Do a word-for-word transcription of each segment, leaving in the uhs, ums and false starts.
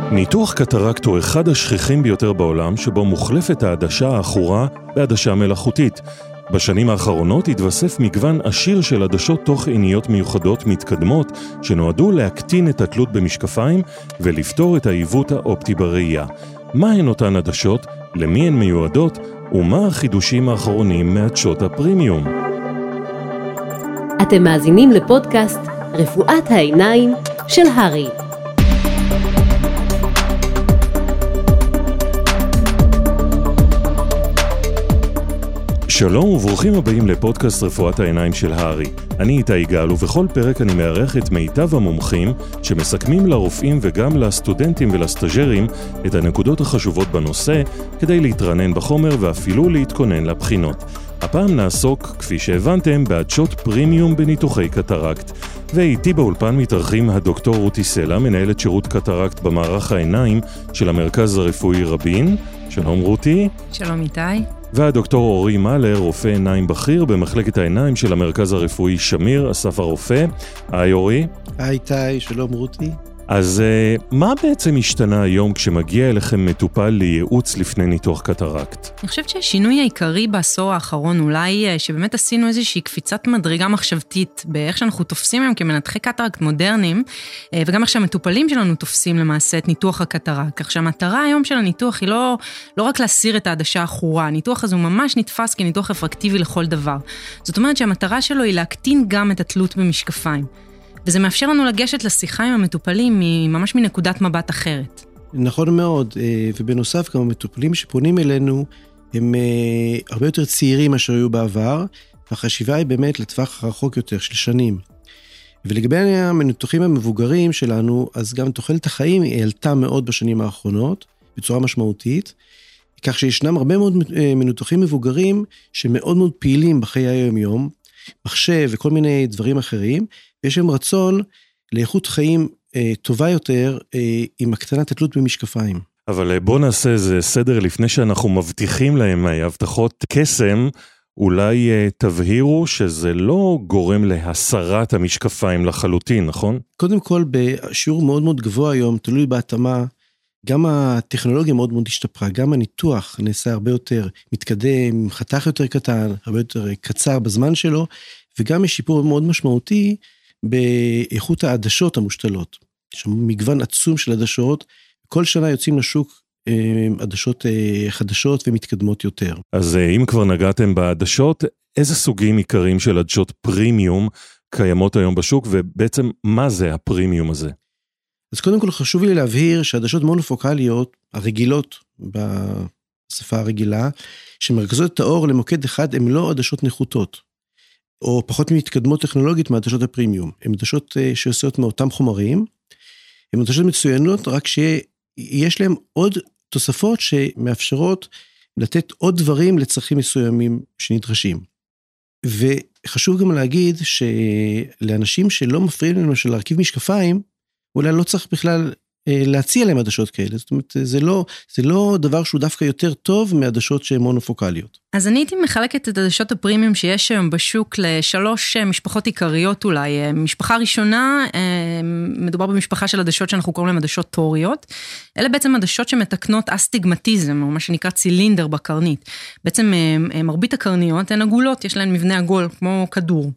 ניתוח קטרקט הוא אחד השכיחים ביותר בעולם, שבו מוחלפת העדשה האחורה בעדשה מלאכותית. בשנים האחרונות התווסף מגוון עשיר של עדשות תוך עיניות מיוחדות מתקדמות, שנועדו להקטין את התלות במשקפיים ולפתור את העיוות האופטי בראייה. מה הן אותן עדשות, למי הן מיועדות, ומה החידושים האחרונים מעדשות הפרימיום? אתם מאזינים לפודקאסט רפואת העיניים של הרי. שלום וברוכים הבאים לפודקאסט רפואת העיניים של הרי. אני איתי גל, ובכל פרק אני מארח את מיטב המומחים שמסכמים לרופאים וגם לסטודנטים ולסטאג'רים את הנקודות החשובות בנושא כדי להתרענן בחומר ואפילו להתכונן לבחינות. הפעם נעסוק, כפי שהבנתם, בעדשות פרימיום בניתוחי קטרקט. ואיתי באולפן מתארחים הדוקטור רותי סלע, מנהלת שירות קטרקט במערך העיניים של המרכז הרפואי רבין. שלום רותי. שלום איתי. והדוקטור אורי מאלר, רופא עיניים בכיר במחלקת העיניים של המרכז הרפואי שמיר, אסף הרופא. היי אורי. היי איתי, שלום רותי. אז מה בעצם השתנה היום כשמגיע אליכם מטופל לייעוץ לפני ניתוח קטרקט? אני חושבת שהשינוי העיקרי בעשור האחרון אולי שבאמת עשינו איזושהי קפיצת מדרגה מחשבתית באיך שאנחנו תופסים היום כמנתחי קטרקט מודרניים, וגם איך שהמטופלים שלנו תופסים למעשה את ניתוח הקטרקט. כך שהמטרה היום של הניתוח היא לא, לא רק להסיר את העדשה האחורה, הניתוח הזה הוא ממש נתפס כניתוח רפרקטיבי לכל דבר. זאת אומרת שהמטרה שלו היא להקטין גם את התלות במשקפיים. וזה מאפשר לנו לגשת לשיחה עם המטופלים ממש מנקודת מבט אחרת. נכון מאוד, ובנוסף גם המטופלים שפונים אלינו הם הרבה יותר צעירים מאשר היו בעבר, והחשיבה היא באמת לטווח רחוק יותר של שנים. ולגבי המנתוחים המבוגרים שלנו, אז גם תוחלת החיים היא העלתה מאוד בשנים האחרונות, בצורה משמעותית, כך שישנם הרבה מאוד מנתוחים מבוגרים שמאוד מאוד פעילים בחיי היום-יום, מחשב וכל מיני דברים אחרים, ויש להם רצון לאיכות חיים אה, טובה יותר אה, עם הקטנת התלות במשקפיים. אבל בוא נעשה איזה סדר לפני שאנחנו מבטיחים להם הבטחות קסם, אולי אה, תבהירו שזה לא גורם להסרת המשקפיים לחלוטין, נכון? קודם כל, בשיעור מאוד מאוד גבוה היום, תלוי בהתאמה, גם הטכנולוגיה מאוד מאוד השתפרה, גם הניתוח נעשה הרבה יותר מתקדם, חתך יותר קטן, הרבה יותר קצר בזמן שלו, וגם יש שיפור מאוד משמעותי באיכות העדשות המושתלות. יש מגוון עצום של עדשות, כל שנה יוצאים לשוק עדשות חדשות ומתקדמות יותר. אז אם כבר נגעתם בעדשות, איזה סוגים עיקריים של עדשות פרימיום קיימות היום בשוק, ובעצם מה זה הפרימיום הזה? אז קודם כל חשוב לי להבהיר שעדשות מונופוקליות, הרגילות בשפה הרגילה, שמרכזות את האור למוקד אחד, הן לא עדשות נחותות, או פחות מתקדמות טכנולוגית מעדשות הפרימיום. הן עדשות שעושות מאותם חומרים, הן עדשות מצוינות, רק שיש להן עוד תוספות שמאפשרות לתת עוד דברים לצרכים מסוימים שנדרשים. וחשוב גם להגיד שלאנשים שלא מפריעים לנו של להרכיב משקפיים, אולי לא צריך בכלל להציע להם עדשות כאלה, זאת אומרת, זה לא, זה לא דבר שהוא דווקא יותר טוב מעדשות שהן מונופוקליות. אז אני הייתי מחלקת את עדשות הפרימיום שיש היום בשוק לשלוש משפחות עיקריות אולי. משפחה ראשונה, מדובר במשפחה של עדשות שאנחנו קוראים להם עדשות תוריות. אלה בעצם עדשות שמתקנות אסטיגמטיזם, או מה שנקרא צילינדר בקרנית. בעצם מרבית הקרניות הן עגולות, יש להן מבנה עגול כמו כדור.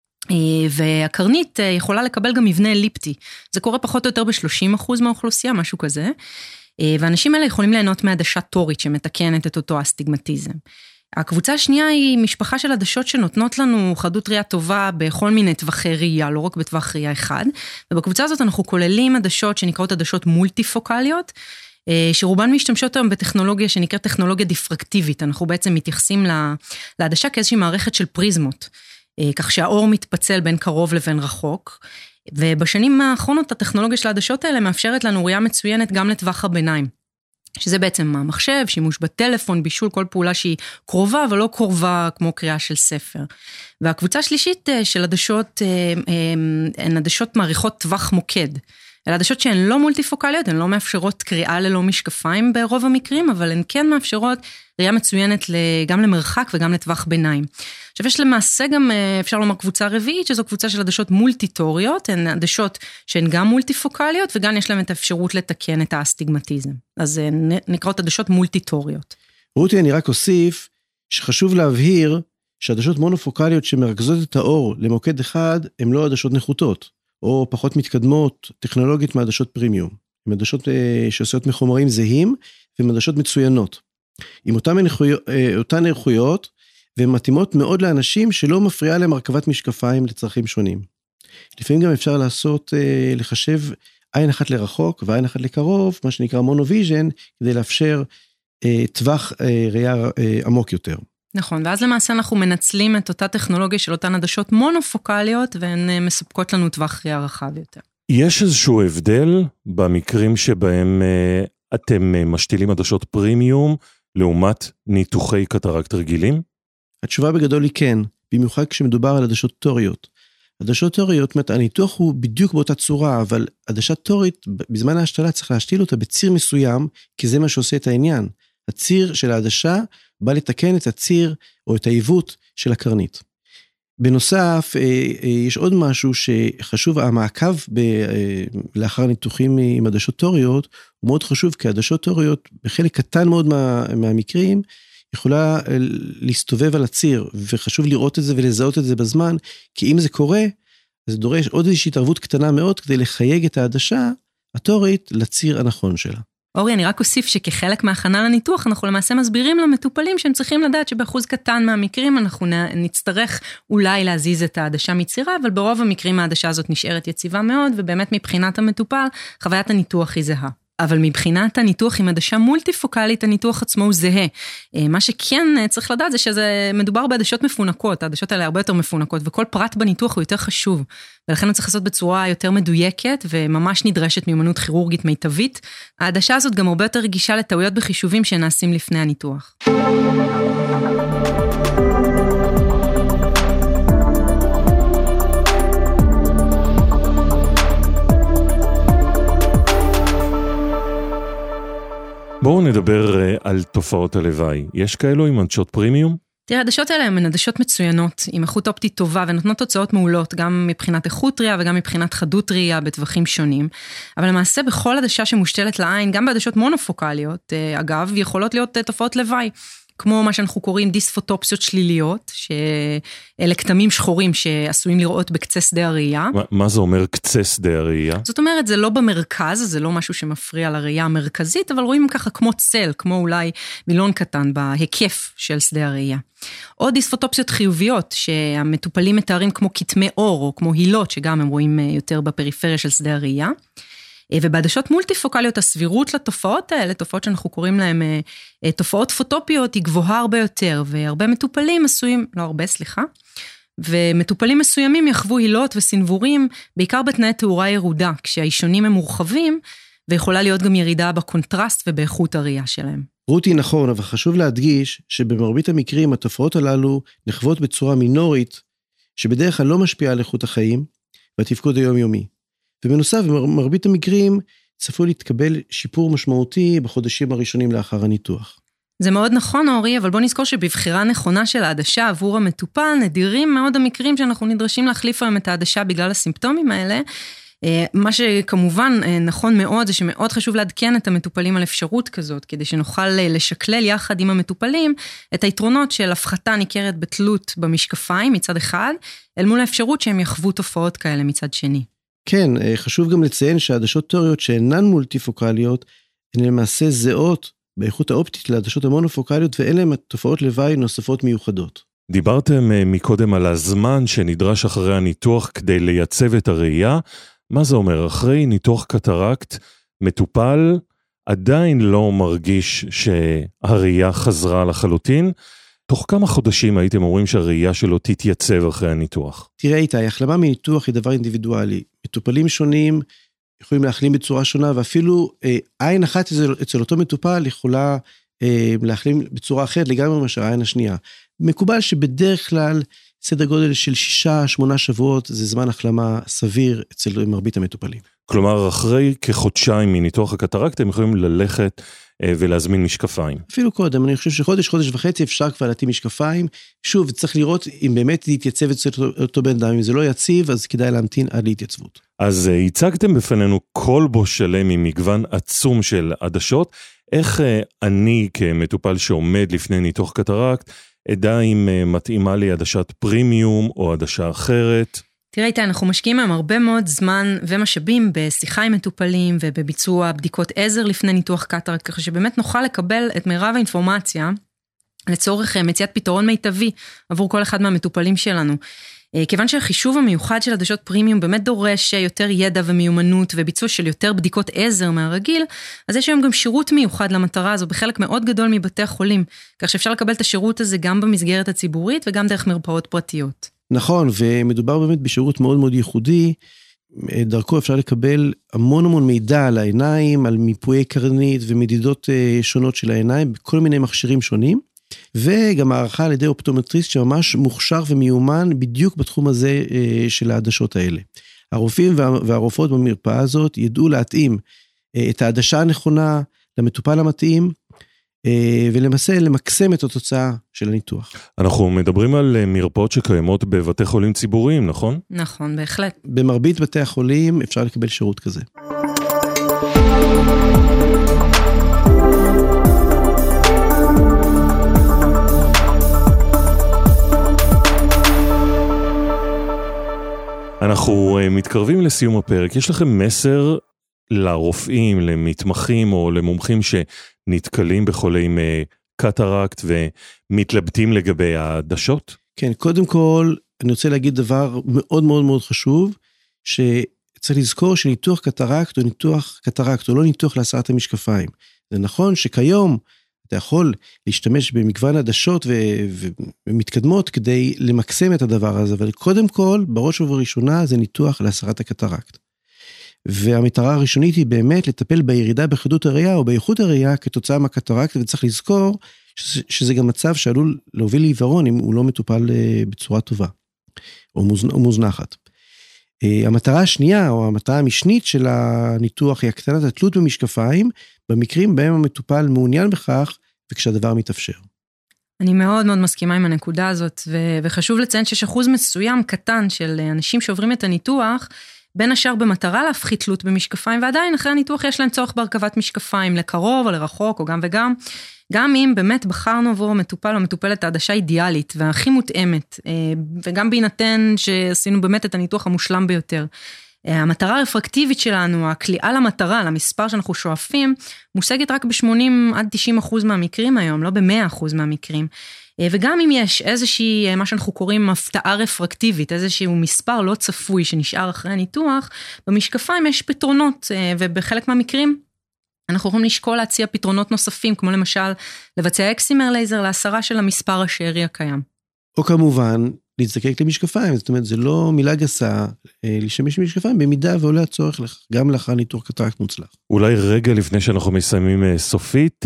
והקרנית יכולה לקבל גם מבנה אליפטי. זה קורה פחות או יותר ב-שלושים אחוז מהאוכלוסייה, משהו כזה. ואנשים האלה יכולים ליהנות מעדשה תורית שמתקנת את אותו אסטיגמטיזם. הקבוצה השנייה היא משפחה של עדשות שנותנות לנו חדות ראייה טובה בכל מיני טווחי ראייה, לא רק בטווח ראייה אחד. ובקבוצה הזאת אנחנו כוללים עדשות שנקראות עדשות מולטיפוקליות, שרובן משתמשות היום בטכנולוגיה שנקראת טכנולוגיה דיפרקטיבית. אנחנו בעצם מתייחסים לעדשה כאיזושהי מערכת של פריזמות. כך שהאור מתפצל בין קרוב לבין רחוק, ובשנים האחרונות הטכנולוגיה של העדשות האלה מאפשרת לנו ראייה מצוינת גם לטווח הביניים, שזה בעצם המחשב, שימוש בטלפון, בישול, כל פעולה שהיא קרובה, אבל לא קרובה כמו קריאה של ספר. והקבוצה השלישית של עדשות, הן עדשות מעריכות טווח מוקד, אלה עדשות שהן לא מולטיפוקליות, הן לא מאפשרות קריאה ללא משקפיים ברוב המקרים, אבל הן כן מאפשרות ראייה מצוינת גם למרחק וגם לטווח ביניים. עכשיו יש למעשה גם, אפשר לומר, קבוצה רביעית, שזו קבוצה של עדשות מולטיטוריות, הן עדשות שהן גם מולטיפוקליות, וגם יש להן את האפשרות לתקן את האסטיגמטיזם. אז נקראות עדשות מולטיטוריות. רותי, אני רק אוסיף שחשוב להבהיר שעדשות מונופוקליות שמרכזות את האור למוקד אחד, הן לא עדשות נחותות, או פחות מתקדמות טכנולוגית מעדשות פרימיום. הן עדשות שעושות מחומרים זהים, והן עדשות מצוינות. עם אותן איכויות, אותן איכויות, והן מתאימות מאוד לאנשים שלא מפריעה להם הרכבת משקפיים לצרכים שונים. לפעמים גם אפשר לעשות, לחשב עין אחת לרחוק ועין אחת לקרוב, מה שנקרא מונוויז'ן, כדי לאפשר טווח ראייה עמוק יותר. נכון, ואז למעשה אנחנו מנצלים את אותה טכנולוגיה של אותן עדשות מונופוקליות, והן מספקות לנו טווח ראייה רחב יותר. יש איזשהו הבדל במקרים שבהם אתם משתילים עדשות פרימיום, לעומת ניתוחי קטרקט רגילים? התשובה בגדול היא כן, במיוחד כשמדובר על עדשות תוריות. עדשות תוריות, הניתוח הוא בדיוק באותה צורה, אבל עדשת תורית, בזמן ההשתלה צריך להשתיל אותה בציר מסוים, כי זה מה שעושה את העניין. הציר של העדשה בא לתקן את הציר או את העיוות של הקרנית. בנוסף, יש עוד משהו שחשוב, המעקב לאחר ניתוחים עם עדשות תוריות, הוא מאוד חשוב, כי עדשות תוריות, בחלק קטן מאוד מה, מהמקרים, יכולה להסתובב על הציר, וחשוב לראות את זה ולזהות את זה בזמן, כי אם זה קורה, זה דורש עוד איזושהי התערבות קטנה מאוד, כדי לחייג את העדשה התורית לציר הנכון שלה. אורי, אני רק אוסיף שכחלק מההכנה לניתוח, אנחנו למעשה מסבירים למטופלים שהם צריכים לדעת שבאחוז קטן מהמקרים אנחנו נצטרך אולי להזיז את העדשה מצירה, אבל ברוב המקרים העדשה הזאת נשארת יציבה מאוד, ובאמת מבחינת המטופל, חוויית הניתוח היא זהה. אבל מבחינת הניתוח עם עדשה מולטיפוקלית, הניתוח עצמו הוא זהה. מה שכן צריך לדעת זה שזה מדובר בעדשות מפונקות, העדשות האלה הרבה יותר מפונקות, וכל פרט בניתוח הוא יותר חשוב, ולכן הוא צריך לעשות בצורה יותר מדויקת, וממש נדרשת מיומנות כירורגית מיטבית. העדשה הזאת גם הרבה יותר רגישה לטעויות בחישובים שנעשים לפני הניתוח. בואו נדבר על תופעות הלוואי. יש כאלו עם עדשות פרימיום? תראה, העדשות האלה הן עדשות מצוינות, עם איכות אופטית טובה, ונותנות תוצאות מעולות, גם מבחינת איכות ראייה וגם מבחינת חדות ראייה בטווחים שונים. אבל למעשה בכל עדשה שמושתלת לעין, גם בעדשות מונופוקליות, אגב, יכולות להיות תופעות לוואי. כמו מה שאנחנו קוראים דיספוטופסיות שליליות, שאלה כתמים שחורים שעשויים לראות בקצה שדה הראייה. מה, מה זה אומר קצה שדה הראייה? זאת אומרת, זה לא במרכז, זה לא משהו שמפריע לראייה המרכזית, אבל רואים ככה כמו צל, כמו אולי מילון קטן בהיקף של שדה הראייה. או דיספוטופסיות חיוביות, שהמטופלים מתארים כמו כתמי אור, או כמו הילות, שגם הם רואים יותר בפריפריה של שדה הראייה. ובעדשות מולטיפוקליות הסבירות לתופעות האלה, תופעות שאנחנו קוראים להן תופעות פוטופיות, היא גבוהה הרבה יותר, והרבה מטופלים עשויים, לא הרבה, סליחה, ומטופלים מסוימים יחוו הילות וסנבורים, בעיקר בתנאי תאורה ירודה, כשהאישונים הם מורחבים, ויכולה להיות גם ירידה בקונטרסט ובאיכות הראייה שלהם. רותי, נכון, אבל חשוב להדגיש שבמרבית המקרים התופעות הללו נחוות בצורה מינורית, שבדרך כלל לא משפיעה על איכות החיים והתפקוד היומיומי. ובנוסף, במרבית המקרים צפוי להתקבל שיפור משמעותי בחודשים הראשונים לאחר הניתוח. זה מאוד נכון, אורי, אבל בוא נזכור שבבחירה נכונה של העדשה עבור המטופל, נדירים מאוד המקרים שאנחנו נדרשים להחליף היום את העדשה בגלל הסימפטומים האלה. מה שכמובן נכון מאוד, זה שמאוד חשוב לעדכן את המטופלים על אפשרות כזאת, כדי שנוכל לשקלל יחד עם המטופלים את היתרונות של הפחתה ניכרת בתלות במשקפיים מצד אחד, אל מול האפשרות שהם יחוו תופעות כאלה מצד שני. כן, חשוב גם לציין שהעדשות תיאוריות שאינן מולטיפוקליות, הן למעשה זהות באיכות האופטית לעדשות המונופוקליות, ואין להם תופעות לוואי נוספות מיוחדות. דיברתם מקודם על הזמן שנדרש אחרי הניתוח כדי לייצב את הראייה. מה זה אומר? אחרי ניתוח קטרקט, מטופל עדיין לא מרגיש שהראייה חזרה לחלוטין. תוך כמה חודשים הייתם אומרים שהראייה שלו תתייצב אחרי הניתוח? תראה איתי, החלמה מניתוח היא דבר אינדיבידואלי. מטופלים שונים יכולים להחלים בצורה שונה, ואפילו אה, עין אחת אצל, אצל אותו מטופל יכולה אה, להחלים בצורה אחרת לגמרי מאשר העין השנייה. מקובל שבדרך כלל סדר גודל של שישה, שמונה שבועות, זה זמן החלמה סביר אצל מרבית המטופלים. כלומר, אחרי כחודשיים מניתוח הקטרקט, הם יכולים ללכת ולהזמין משקפיים. אפילו קודם, אני חושב שחודש, חודש וחצי אפשר כבר להתאים משקפיים. שוב, צריך לראות אם באמת להתייצב אצל אותו בן אדם. אם זה לא יציב, אז כדאי להמתין עד להתייצבות. אז הצגתם בפנינו כלבו שלם עם מגוון עצום של עדשות. איך אני כמטופל שעומד לפני ניתוח קטרקט, אדע אם מתאימה לי עדשת פרימיום או עדשה אחרת? תראה איתי, אנחנו משקיעים היום הרבה מאוד זמן ומשאבים בשיחה עם מטופלים ובביצוע בדיקות עזר לפני ניתוח קטרקט, ככה שבאמת נוכל לקבל את מירב האינפורמציה לצורך מציאת פתרון מיטבי עבור כל אחד מהמטופלים שלנו. כיוון שהחישוב המיוחד של עדשות פרימיום באמת דורש יותר ידע ומיומנות וביצוע של יותר בדיקות עזר מהרגיל, אז יש היום גם שירות מיוחד למטרה הזו בחלק מאוד גדול מבתי החולים, כך שאפשר לקבל את השירות הזה גם במסגרת הציבורית וגם דרך מרפאות פרטיות. נכון, ומדובר באמת בשירות מאוד מאוד ייחודי, דרכו אפשר לקבל המון המון מידע על העיניים, על מיפויי קרנית ומדידות שונות של העיניים, בכל מיני מכשירים שונים, וגם הערכה על ידי אופטומטריסט שממש מוכשר ומיומן בדיוק בתחום הזה של העדשות האלה. הרופאים והרופאות במרפאה הזאת ידעו להתאים את העדשה הנכונה למטופל המתאים, ולמעשה למקסם את התוצאה של הניתוח. אנחנו מדברים על מרפאות שקיימות בבתי חולים ציבוריים, נכון? נכון, בהחלט. במרבית בתי החולים אפשר לקבל שירות כזה. אנחנו מתקרבים לסיום הפרק. יש לכם מסר לרופאים, למתמחים או למומחים שנתקלים בחולים קטרקט ומתלבטים לגבי העדשות? כן, קודם כל אני רוצה להגיד דבר מאוד מאוד מאוד חשוב, שצריך לזכור שניתוח קטרקט הוא ניתוח קטרקט, הוא לא ניתוח להסרת המשקפיים. זה נכון שכיום אתה יכול להשתמש במגוון עדשות ומתקדמות כדי למקסם את הדבר הזה, אבל קודם כל, בראש ובראשונה, זה ניתוח להסרת הקטרקט. והמטרה הראשונית היא באמת לטפל בירידה בחדות הראייה או באיכות הראייה כתוצאה מהקטרקט, וצריך לזכור שזה, שזה גם מצב שעלול להוביל לעיוורון אם הוא לא מטופל בצורה טובה או מוזנחת. המטרה השנייה או המטרה המשנית של הניתוח היא הקטנת התלות במשקפיים, במקרים בהם המטופל מעוניין בכך וכשהדבר מתאפשר. אני מאוד מאוד מסכימה עם הנקודה הזאת, וחשוב לציין שיש אחוז מסוים קטן של אנשים שעוברים את הניתוח, בין השאר במטרה להפחית תלות במשקפיים, ועדיין אחרי הניתוח יש להם צורך בהרכבת משקפיים לקרוב או לרחוק או גם וגם, גם אם באמת בחרנו עבור המטופל או מטופלת העדשה אידיאלית והכי מותאמת, וגם בהינתן שעשינו באמת את הניתוח המושלם ביותר. המטרה הרפרקטיבית שלנו, הקליעה למטרה, למספר שאנחנו שואפים, מושגת רק ב-שמונים עד תשעים אחוז מהמקרים היום, לא ב-מאה אחוז מהמקרים. וגם אם יש איזושהי, מה שאנחנו קוראים הפתעה רפרקטיבית, איזשהו מספר לא צפוי שנשאר אחרי הניתוח, במשקפיים יש פתרונות, ובחלק מהמקרים אנחנו יכולים לשקול להציע פתרונות נוספים, כמו למשל לבצע אקסימר לייזר להסרה של המספר השארי הקיים. או כמובן, להזדקק למשקפיים, זאת אומרת, זה לא מילה גסה להשתמש במשקפיים, במידה ועולה הצורך גם לאחר ניתוח קטרקט מוצלח. אולי רגע לפני שאנחנו מסיימים סופית,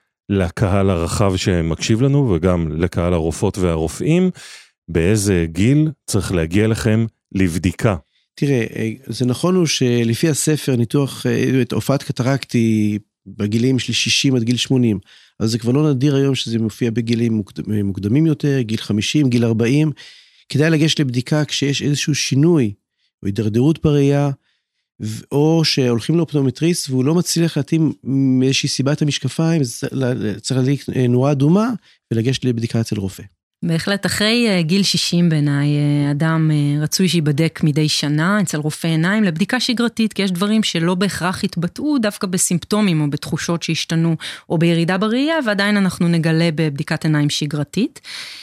לקהל הרחב שמקשיב לנו, וגם לקהל הרופאות והרופאים, באיזה גיל צריך להגיע לכם לבדיקה? תראה, זה נכון הוא שלפי הספר ניתוח, את הופעת קטרקט היא בגילים של שישים עד גיל שמונים, אז זה כבר לא נדיר היום שזה מופיע בגילים מוקדמים יותר, גיל חמישים, גיל ארבעים, כדאי לגשת לבדיקה כשיש איזשהו שינוי, או הידרדרות בראייה, או שהולכים לאופטומטריסט, והוא לא מצליח להתאים מאיזושהי סיבת המשקפיים, צריך להדליק נורה אדומה, ולגשת לבדיקה אצל רופא. בהחלט, אחרי גיל שישים בעיניי, אדם רצוי שיבדק מדי שנה אצל רופא עיניים לבדיקה שגרתית, כי יש דברים שלא בהכרח התבטאו דווקא בסימפטומים או בתחושות שהשתנו או בירידה בראייה, ועדיין אנחנו נגלה בבדיקת עיניים שגרתית.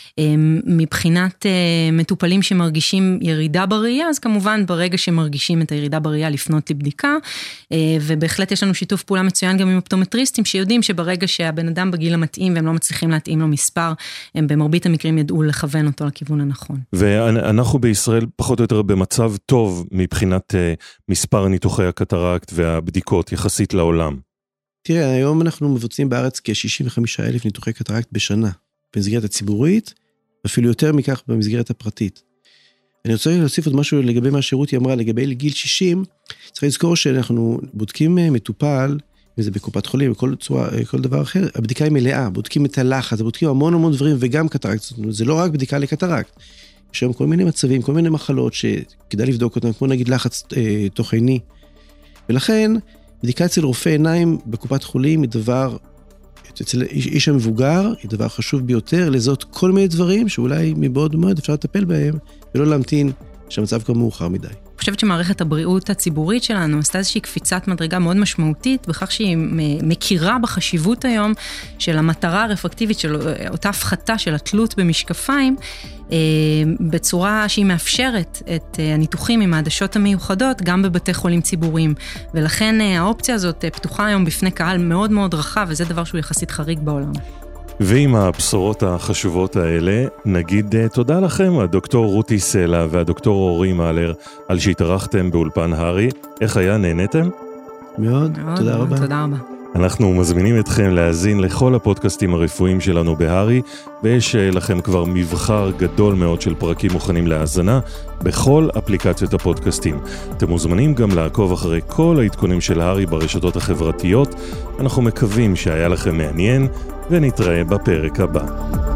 מבחינת מטופלים שמרגישים ירידה בראייה, אז כמובן ברגע שמרגישים את הירידה בראייה לפנות לבדיקה, ובהחלט יש לנו שיתוף פעולה מצוין גם עם אופטומטריסטים שיודעים שברגע שהבן אדם בגיל המתאים והם לא מצליחים להתאים לו מספר, הם במרבית המקרים ידעו לכוון אותו לכיוון הנכון. ואנחנו בישראל פחות או יותר במצב טוב מבחינת מספר ניתוחי הקטרקט והבדיקות יחסית לעולם. תראה, היום אנחנו מבוצעים בארץ כ-שישים וחמישה אלף ניתוחי קטרקט בשנה, במסגרת הציבורית, אפילו יותר מכך במסגרת הפרטית. אני רוצה להוסיף עוד משהו לגבי מה שרותי אמרה, לגבי גיל שישים, צריך לזכור שאנחנו בודקים מטופל, אם זה בקופת חולים, בכל צורה, כל דבר אחר, הבדיקה היא מלאה, בודקים את הלחץ, בודקים המון המון דברים, וגם קטרקט, זה לא רק בדיקה לקטרקט, יש שם כל מיני מצבים, כל מיני מחלות שכדאי לבדוק אותם, כמו נגיד לחץ אה, תוך עיני, ולכן, בדיקה אצל רופא עיניים בקופת חולים היא דבר, אצל איש המבוגר, היא דבר חשוב ביותר, לזאת כל מיני דברים שאולי מבעוד מועד אפשר לטפל בהם, ולא להמתין שהמצב כבר מאוחר מדי. אני חושבת שמערכת הבריאות הציבורית שלנו עשתה איזושהי קפיצת מדרגה מאוד משמעותית, בכך שהיא מכירה בחשיבות היום של המטרה הרפרקטיבית של אותה הפחתה של התלות במשקפיים, בצורה שהיא מאפשרת את הניתוחים עם העדשות המיוחדות גם בבתי חולים ציבוריים, ולכן האופציה הזאת פתוחה היום בפני קהל מאוד מאוד רחב, וזה דבר שהוא יחסית חריג בעולם. ועם הבשורות החשובות האלה, נגיד תודה לכם, הדוקטור רותי סלע והדוקטור אורי מאלר, על שהתארחתם באולפן הרי. איך היה? נהנתם? מאוד, מאוד תודה רבה. תודה רבה. אנחנו מזמינים אתכם להאזין לכל הפודקאסטים הרפואיים שלנו בהרי, ויש לכם כבר מבחר גדול מאוד של פרקים מוכנים להאזנה בכל אפליקציות הפודקאסטים. אתם מוזמנים גם לעקוב אחרי כל העדכונים של הרי ברשתות החברתיות. אנחנו מקווים שהיה לכם מעניין, ונתראה בפרק הבא.